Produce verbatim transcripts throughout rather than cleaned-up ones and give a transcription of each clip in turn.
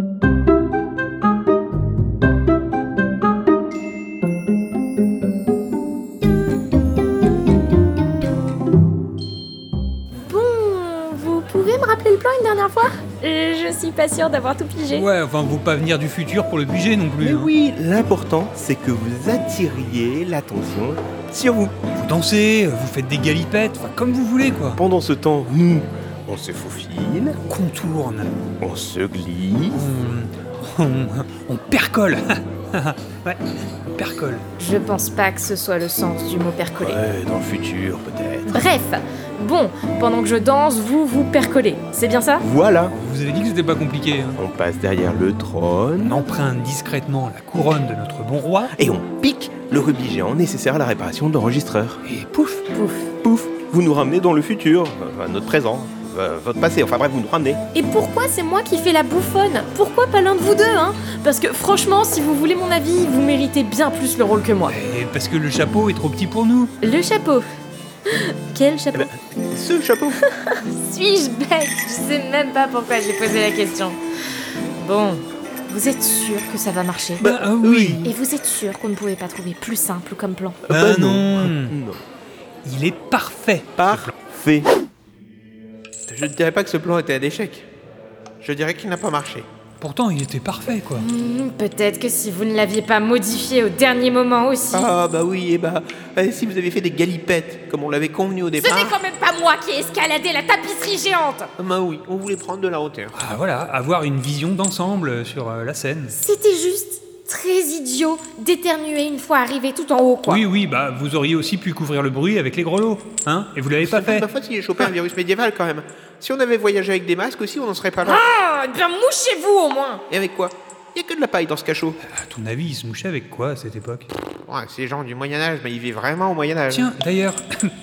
Une dernière fois ? Je suis pas sûre d'avoir tout pigé. Ouais, enfin, faut pas venir du futur pour le piger non plus. Mais hein. oui, l'important, c'est que vous attiriez l'attention sur vous. Vous dansez, vous faites des galipettes, enfin, comme vous voulez, quoi. Pendant ce temps, nous, on se faufile, Contourne, on se glisse. on, on, on percole. Ouais, on percole. Je pense pas que ce soit le sens du mot percoler. Ouais, dans le futur, peut-être. Bref, bon, pendant que je danse, vous vous percolez. C'est bien ça ? Voilà, Vous avez dit que c'était pas compliqué. Hein. on passe derrière le trône On emprunte discrètement la couronne de notre bon roi, et on pique le rubis géant nécessaire à la réparation de l'enregistreur. et pouf, Pouf. Pouf, vous nous ramenez dans le futur, enfin, notre présent, euh, votre passé, enfin bref, vous nous ramenez. Et pourquoi c'est moi qui fais la bouffonne ? Pourquoi pas l'un de vous deux, hein ? Parce que franchement, si vous voulez mon avis, vous méritez bien plus le rôle que moi. et parce que le chapeau est trop petit pour nous. Le chapeau. Quel chapeau ? Eh ben, ce chapeau. Suis-je bête ? Je sais même pas pourquoi j'ai posé la question. Bon, vous êtes sûr que ça va marcher ? Bah ah oui. Et vous êtes sûr qu'on ne pouvait pas trouver plus simple comme plan ? Bah Bah non. Non. Il est parfait. Parfait. Je ne dirais pas que ce plan était un échec. Je dirais qu'il n'a pas marché. Pourtant, il était parfait, quoi. Hmm, peut-être que si vous ne l'aviez pas modifié au dernier moment aussi. Ah bah oui, et bah, bah, si vous avez fait des galipettes, comme on l'avait convenu au Ce départ... n'est quand même pas moi qui ai escaladé la tapisserie géante. Ah bah oui, on voulait prendre de la hauteur. Ah voilà, avoir une vision d'ensemble sur euh, la scène. C'était juste très idiot d'éternuer une fois arrivé tout en haut, quoi. Oui, oui, bah vous auriez aussi pu couvrir le bruit avec les grelots, hein. Et vous l'avez pas C'est pas fait. ma faute si j'ai chopé un virus médiéval quand même. Si on avait voyagé avec des masques aussi, on n'en serait pas là. Ah, bien mouchez-vous au moins. Et avec quoi? Il y a que de la paille dans ce cachot. À ton avis, il se mouchait avec quoi à cette époque? Ouais, ces gens du Moyen-Âge, mais ils vivent vraiment au Moyen-Âge. Tiens, d'ailleurs,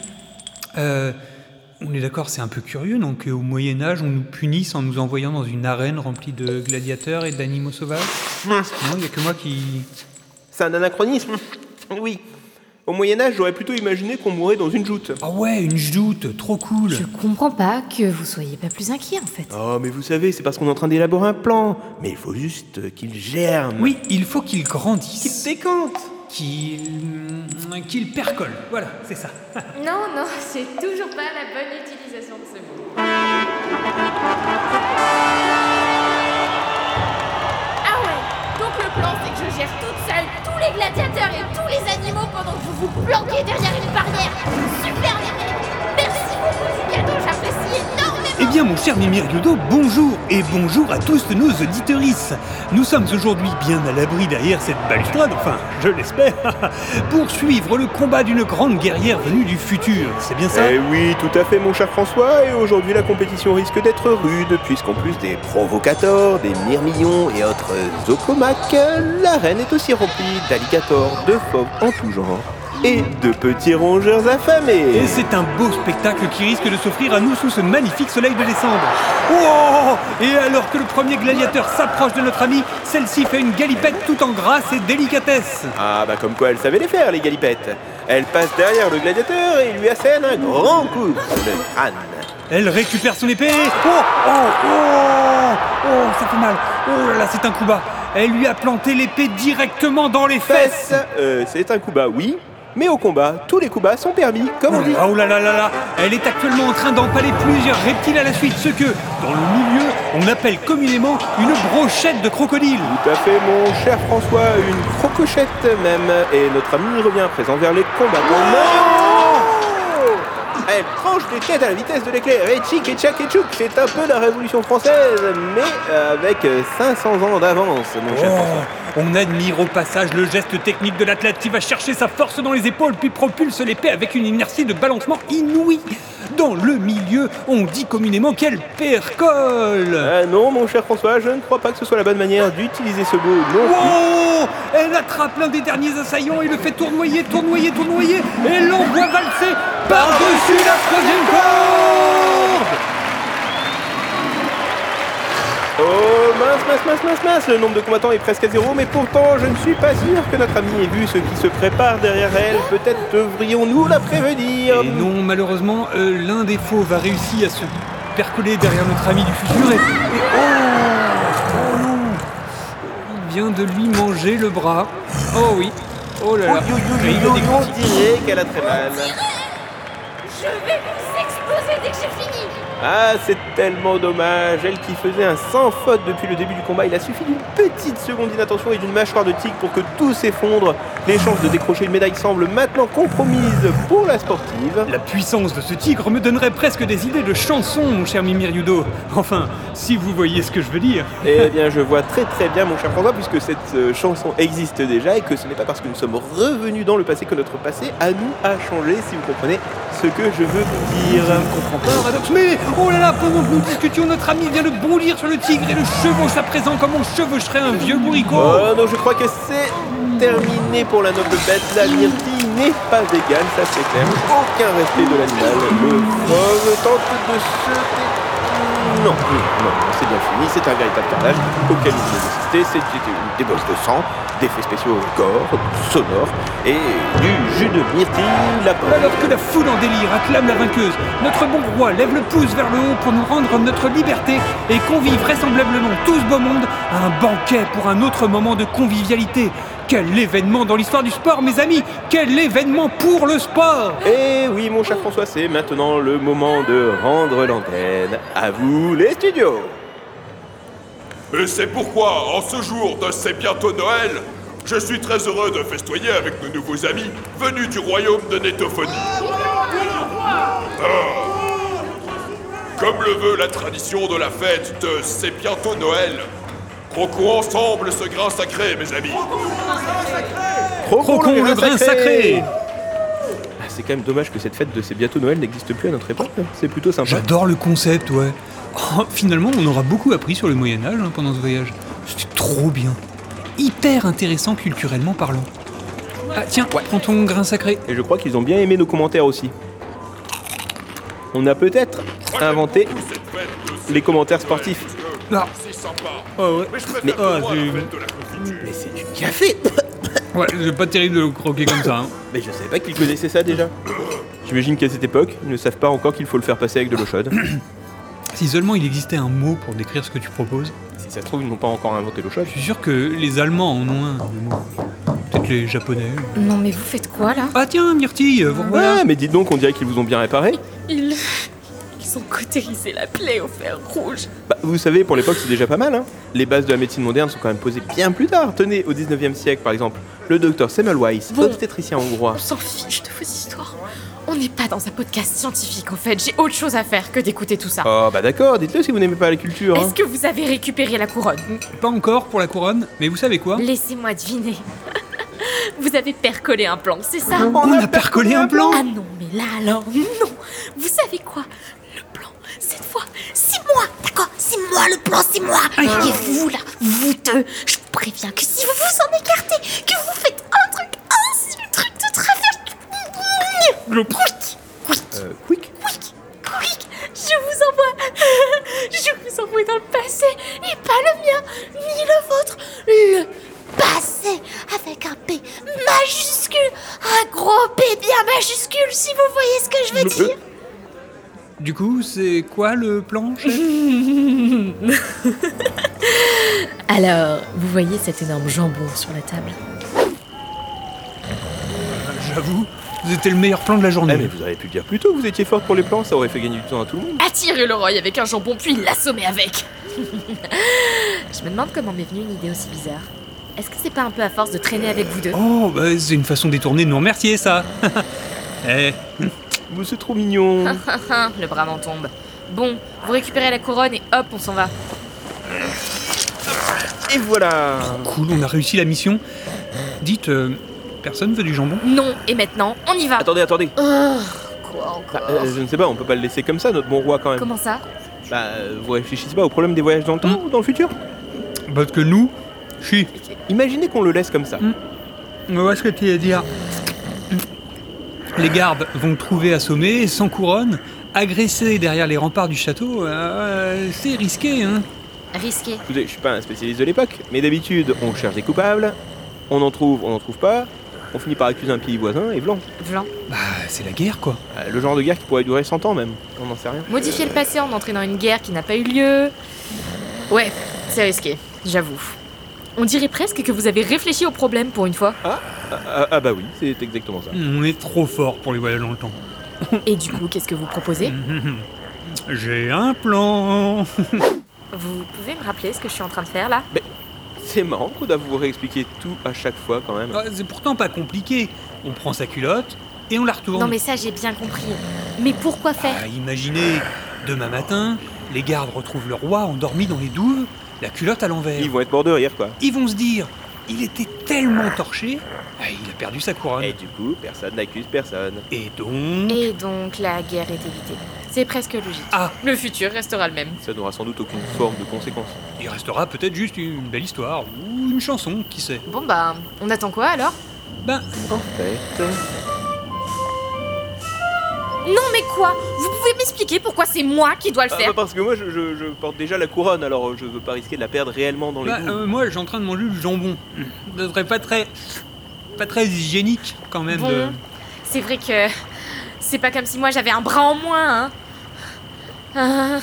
euh, on est d'accord, c'est un peu curieux, donc qu'au Moyen-Âge, on nous punisse en nous envoyant dans une arène remplie de gladiateurs et d'animaux sauvages? Mince, Non, il n'y a que moi qui... c'est un anachronisme. Oui. Au Moyen-Âge, j'aurais plutôt imaginé qu'on mourait dans une joute. Ah ouais, une joute, trop cool. Je comprends pas que vous soyez pas plus inquiet en fait. Oh, mais vous savez, c'est parce qu'on est en train d'élaborer un plan. Mais il faut juste qu'il germe. Oui, il faut qu'il Qui grandisse, te décante. qu'il... qu'il percole, voilà, c'est ça. Non, non, c'est toujours pas la bonne utilisation de ce mot. Ah ouais, donc le plan c'est que je gère toute seule tous les gladiateurs et tous les animaux pendant que vous vous planquez derrière une barrière. Super les mecs. Merci beaucoup du cadeau, j'apprécie énormément. Eh bien, mon cher Mimir Yodo, bonjour et bonjour à tous nos auditorices. Nous sommes aujourd'hui bien à l'abri derrière cette balustrade, enfin, je l'espère, pour suivre le combat d'une grande guerrière venue du futur. C'est bien ça? Eh oui, tout à fait, mon cher François. Et aujourd'hui, la compétition risque d'être rude, puisqu'en plus des provocateurs, des myrmillons et autres zocomaques, l'arène est aussi remplie d'alligators, de fauves en tout genre et de petits rongeurs affamés. Et c'est un beau spectacle qui risque de s'offrir à nous sous ce magnifique soleil de décembre. Oh! Et alors que le premier gladiateur s'approche de notre ami, celle-ci fait une galipette tout en grâce et délicatesse. Ah bah comme quoi elle savait les faire, les galipettes. Elle passe derrière le gladiateur et lui assène un grand coup sur le crâne. Elle récupère son épée. Oh! Oh! Oh! Oh! Ça fait mal. Oh là là, c'est un coup bas. Elle lui a planté l'épée directement dans les fesses. Fesses, euh, c'est un coup bas, oui. Mais au combat, tous les coups bas sont permis, comme on dit. Oh là là là là. Elle est actuellement en train d'empaler plusieurs reptiles à la suite, ce que, dans le milieu, on appelle communément une brochette de crocodile. Tout à fait, mon cher François, une crocochette même. Et notre ami revient à présent vers les combattants. Elle tranche des têtes à la vitesse de l'éclair. Et tchic et tchac et tchouk, c'est un peu la Révolution française, mais avec cinq cents ans d'avance, mon cher François. Oh, on admire au passage le geste technique de l'athlète qui va chercher sa force dans les épaules puis propulse l'épée avec une inertie de balancement inouïe. Dans le milieu, on dit communément qu'elle percole. Ah non, mon cher François, je ne crois pas que ce soit la bonne manière d'utiliser ce mot non plus. Oh, elle attrape l'un des derniers assaillants et le fait tournoyer, tournoyer, tournoyer et l'envoie valser par-dessus la troisième corde. Oh mince, mince, mince, mince, mince, le nombre de combattants est presque à zéro, mais pourtant je ne suis pas sûr que notre ami ait vu ce qui se prépare derrière elle. Peut-être devrions-nous la prévenir. Et non, malheureusement, euh, l'un des fauves a réussi à se percoler derrière notre ami du futur et... et- oh, oh non. vient de lui manger le bras. Oh oui. Oh là là. Oh, yo, yo, Et il yo, a des yo, on dirait qu'elle a très mal. Je vais vous exploser dès que j'ai fini. Ah, c'est tellement dommage. Elle qui faisait un sans faute depuis le début du combat, il a suffi d'une petite seconde d'inattention et d'une mâchoire de tigre pour que tout s'effondre. Les chances de décrocher une médaille semblent maintenant compromises pour la sportive. La puissance de ce tigre me donnerait presque des idées de chansons, mon cher Mimir Yudo. Enfin, si vous voyez ce que je veux dire. Eh bien, je vois très très bien, mon cher François, puisque cette euh, chanson existe déjà et que ce n'est pas parce que nous sommes revenus dans le passé que notre passé à nous a changé, si vous comprenez ce que je veux dire. Je ne comprends pas, Radox, mais oh là là, pendant que nous discutions, notre ami vient de bondir sur le tigre et le chevauche à présent comme on chevaucherait un vieux bourricot. Oh non, je crois que c'est terminé pour la noble bête. La myrtille n'est pas égale, ça c'est clair. Aucun respect de l'animal. Le fauve tente de se... dé- Non, non, non, c'est bien fini. C'est un véritable carnage auquel vous avez assisté. C'était une débauche de sang, d'effets spéciaux gore, sonores et du jus de myrtille. La Alors que la foule en délire acclame la vainqueuse, notre bon roi lève le pouce vers le haut pour nous rendre notre liberté et convie vraisemblablement tout ce beau monde à un banquet pour un autre moment de convivialité. Quel événement dans l'histoire du sport, mes amis! Quel événement pour le sport! Et oui, mon cher François, c'est maintenant le moment de rendre l'antenne. À vous, les studios. Et c'est pourquoi, en ce jour de C'est bientôt Noël, je suis très heureux de festoyer avec nos nouveaux amis venus du royaume de Nétophonie. Ah. Comme le veut la tradition de la fête de C'est bientôt Noël, croquons ensemble ce grain sacré, mes amis. Croquons le grain sacré! Ah, c'est quand même dommage que cette fête de C'est bientôt Noël n'existe plus à notre époque. C'est plutôt sympa. J'adore le concept, ouais. Oh, finalement, on aura beaucoup appris sur le Moyen-Âge hein, pendant ce voyage. C'était trop bien. Hyper intéressant culturellement parlant. Ah tiens, Ouais. prends ton grain sacré. Et je crois qu'ils ont bien aimé nos commentaires aussi. On a peut-être inventé Cette fête de C'est les commentaires bientôt Noël, sportifs. parce Ah. que C'est sympa. Oh ouais. Mais je préfère Mais- moi ah, la c'est- fête de la confiture. Mais c'est du café. Ouais, c'est pas terrible de le croquer comme ça. Hein. Mais je savais pas qu'ils connaissaient ça déjà. J'imagine qu'à cette époque, ils ne savent pas encore qu'il faut le faire passer avec de l'eau chaude. Si seulement il existait un mot pour décrire ce que tu proposes, Si ça se trouve, ils n'ont pas encore inventé l'eau chaude. je suis sûr que les Allemands en ont un, le mot. Peut-être les Japonais. Non mais vous faites quoi là? Ah tiens, Myrtille, vous revoilà. Ah, mais dites donc, on dirait qu'ils vous ont bien réparé. Ils... Ils ont cautérisé la plaie au fer rouge. Bah, vous savez, pour l'époque, c'est déjà pas mal, hein. Les bases de la médecine moderne sont quand même posées bien plus tard. Tenez, au dix-neuvième siècle, par exemple, le docteur Semmelweis, Bon. obstétricien hongrois. On s'en fiche de vos histoires. On n'est pas dans un podcast scientifique en fait. J'ai autre chose à faire que d'écouter tout ça. Oh, bah d'accord, dites-le si vous n'aimez pas la culture. hein. Est-ce que vous avez récupéré la couronne? Pas encore pour la couronne, mais vous savez quoi? Laissez-moi deviner. Vous avez percolé un plan, c'est ça? On a percolé un plan. Ah non, mais là alors, non. Vous savez quoi? Le plan, cette fois, c'est moi, d'accord? C'est moi le plan, c'est moi. Et vous là, vous deux, je vous préviens que si vous vous en écartez, que vous faites un truc, un seul truc de travers... Le Quick, quick, Euh, quick. quick, quick, je vous envoie... Je vous envoie dans le passé, et pas le mien, ni le vôtre, le passé, avec un P majuscule, un gros P bien majuscule, si vous voyez ce que je veux Le- dire. Du coup, c'est quoi le plan, chef? Alors, vous voyez cet énorme jambon sur la table? J'avoue, vous étiez le meilleur plan de la journée. Eh, mais vous auriez pu le dire plus tôt, vous étiez forte pour les plans, ça aurait fait gagner du temps à tout le monde. Attirer le Roy avec un jambon, puis l'assommer avec. Je me demande comment m'est venue une idée aussi bizarre. Est-ce que c'est pas un peu à force de traîner avec vous deux? Oh, bah c'est une façon détournée de nous remercier, ça. Eh, Vous, c'est trop mignon. Le bras m'en tombe. Bon, vous récupérez la couronne et hop, on s'en va. Et voilà. cool, on a réussi la mission. Dites, euh, personne veut du jambon? Non, et maintenant, on y va. Attendez, attendez. Oh, quoi encore? Bah, euh, je ne sais pas, on peut pas le laisser comme ça, notre bon roi, quand même. Comment ça? Bah, euh, vous réfléchissez pas au problème des voyages dans le temps Hmm. ou dans le futur? Parce que nous, si. Imaginez qu'on le laisse comme ça. Hmm. On voit ce que tu veux dire. Les gardes vont le trouver assommé, sans couronne, agressé derrière les remparts du château. Euh, c'est risqué, hein. Risqué. Écoutez, je suis pas un spécialiste de l'époque, mais d'habitude, on cherche des coupables, on en trouve, on en trouve pas, on finit par accuser un pays voisin et blanc. Vlan. Bah, c'est la guerre, quoi. Euh, Le genre de guerre qui pourrait durer cent ans même, on n'en sait rien. Modifier le passé en entraînant une guerre qui n'a pas eu lieu. Ouais, c'est risqué, j'avoue. On dirait presque que vous avez réfléchi au problème pour une fois. Ah, ah, ah bah oui, c'est exactement ça. On est trop fort pour les voyages dans le temps. Et du coup, qu'est-ce que vous proposez? J'ai un plan. Vous pouvez me rappeler ce que je suis en train de faire là? C'est marrant qu'on doit vous réexpliquer tout à chaque fois quand même. Ah, c'est pourtant pas compliqué. On prend sa culotte et on la retourne. Non mais ça j'ai bien compris. Mais pourquoi faire? Ah, imaginez, demain matin, les gardes retrouvent le roi endormi dans les douves, la culotte à l'envers. Ils vont être morts de rire quoi. Ils vont se dire, il était tellement torché, ah, il a perdu sa couronne. Et du coup, personne n'accuse personne. Et donc... Et donc la guerre est évitée. C'est presque logique. Ah, Le futur restera le même. Ça n'aura sans doute aucune forme de conséquence. il restera peut-être juste une belle histoire, ou une chanson, qui sait. Bon bah, on attend quoi alors? Ben, En fait... Non mais quoi? Vous pouvez m'expliquer pourquoi c'est moi qui dois le Ah, faire? bah parce que moi je, je- je porte déjà la couronne, alors je veux pas risquer de la perdre réellement dans les bah, douves. euh, moi, je suis en train de manger du jambon. Ça serait pas très... pas très hygiénique, quand même, de... Bon, c'est vrai que c'est pas comme si moi j'avais un bras en moins, hein. Ah.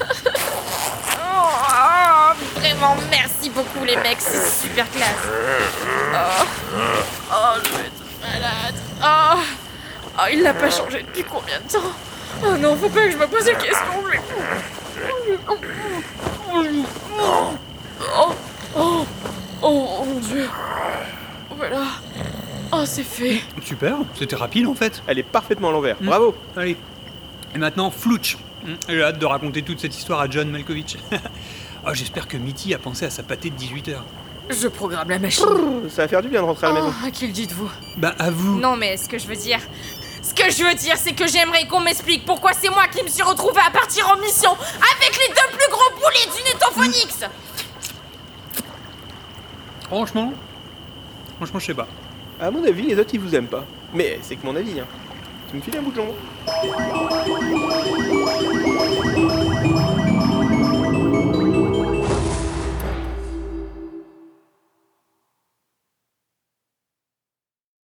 Oh, vraiment merci beaucoup les mecs, c'est super classe. Oh, oh je vais être malade. Oh, oh il l'a pas changé depuis combien de temps? Oh non, faut pas que je me pose des questions. Je vais... Oh, oh, oh, oh mon dieu. Voilà. Oh c'est fait. Super, c'était rapide, en fait. Elle est parfaitement à l'envers, Mm. bravo. Allez. Et maintenant, Flouch. J'ai hâte de raconter toute cette histoire à John Malkovich. Oh, j'espère que Mitty a pensé à sa pâtée de dix-huit heures. Je programme la machine. Ça va faire du bien de rentrer à la maison. Oh, à qui le dites-vous? Bah, à vous. Non mais ce que je veux dire... Ce que je veux dire, c'est que j'aimerais qu'on m'explique pourquoi c'est moi qui me suis retrouvée à partir en mission avec les deux plus gros boulets du Netophonix. Franchement, franchement, je sais pas. À mon avis, les autres ils vous aiment pas. Mais c'est que mon avis, hein. Tu me files un bout de jambon?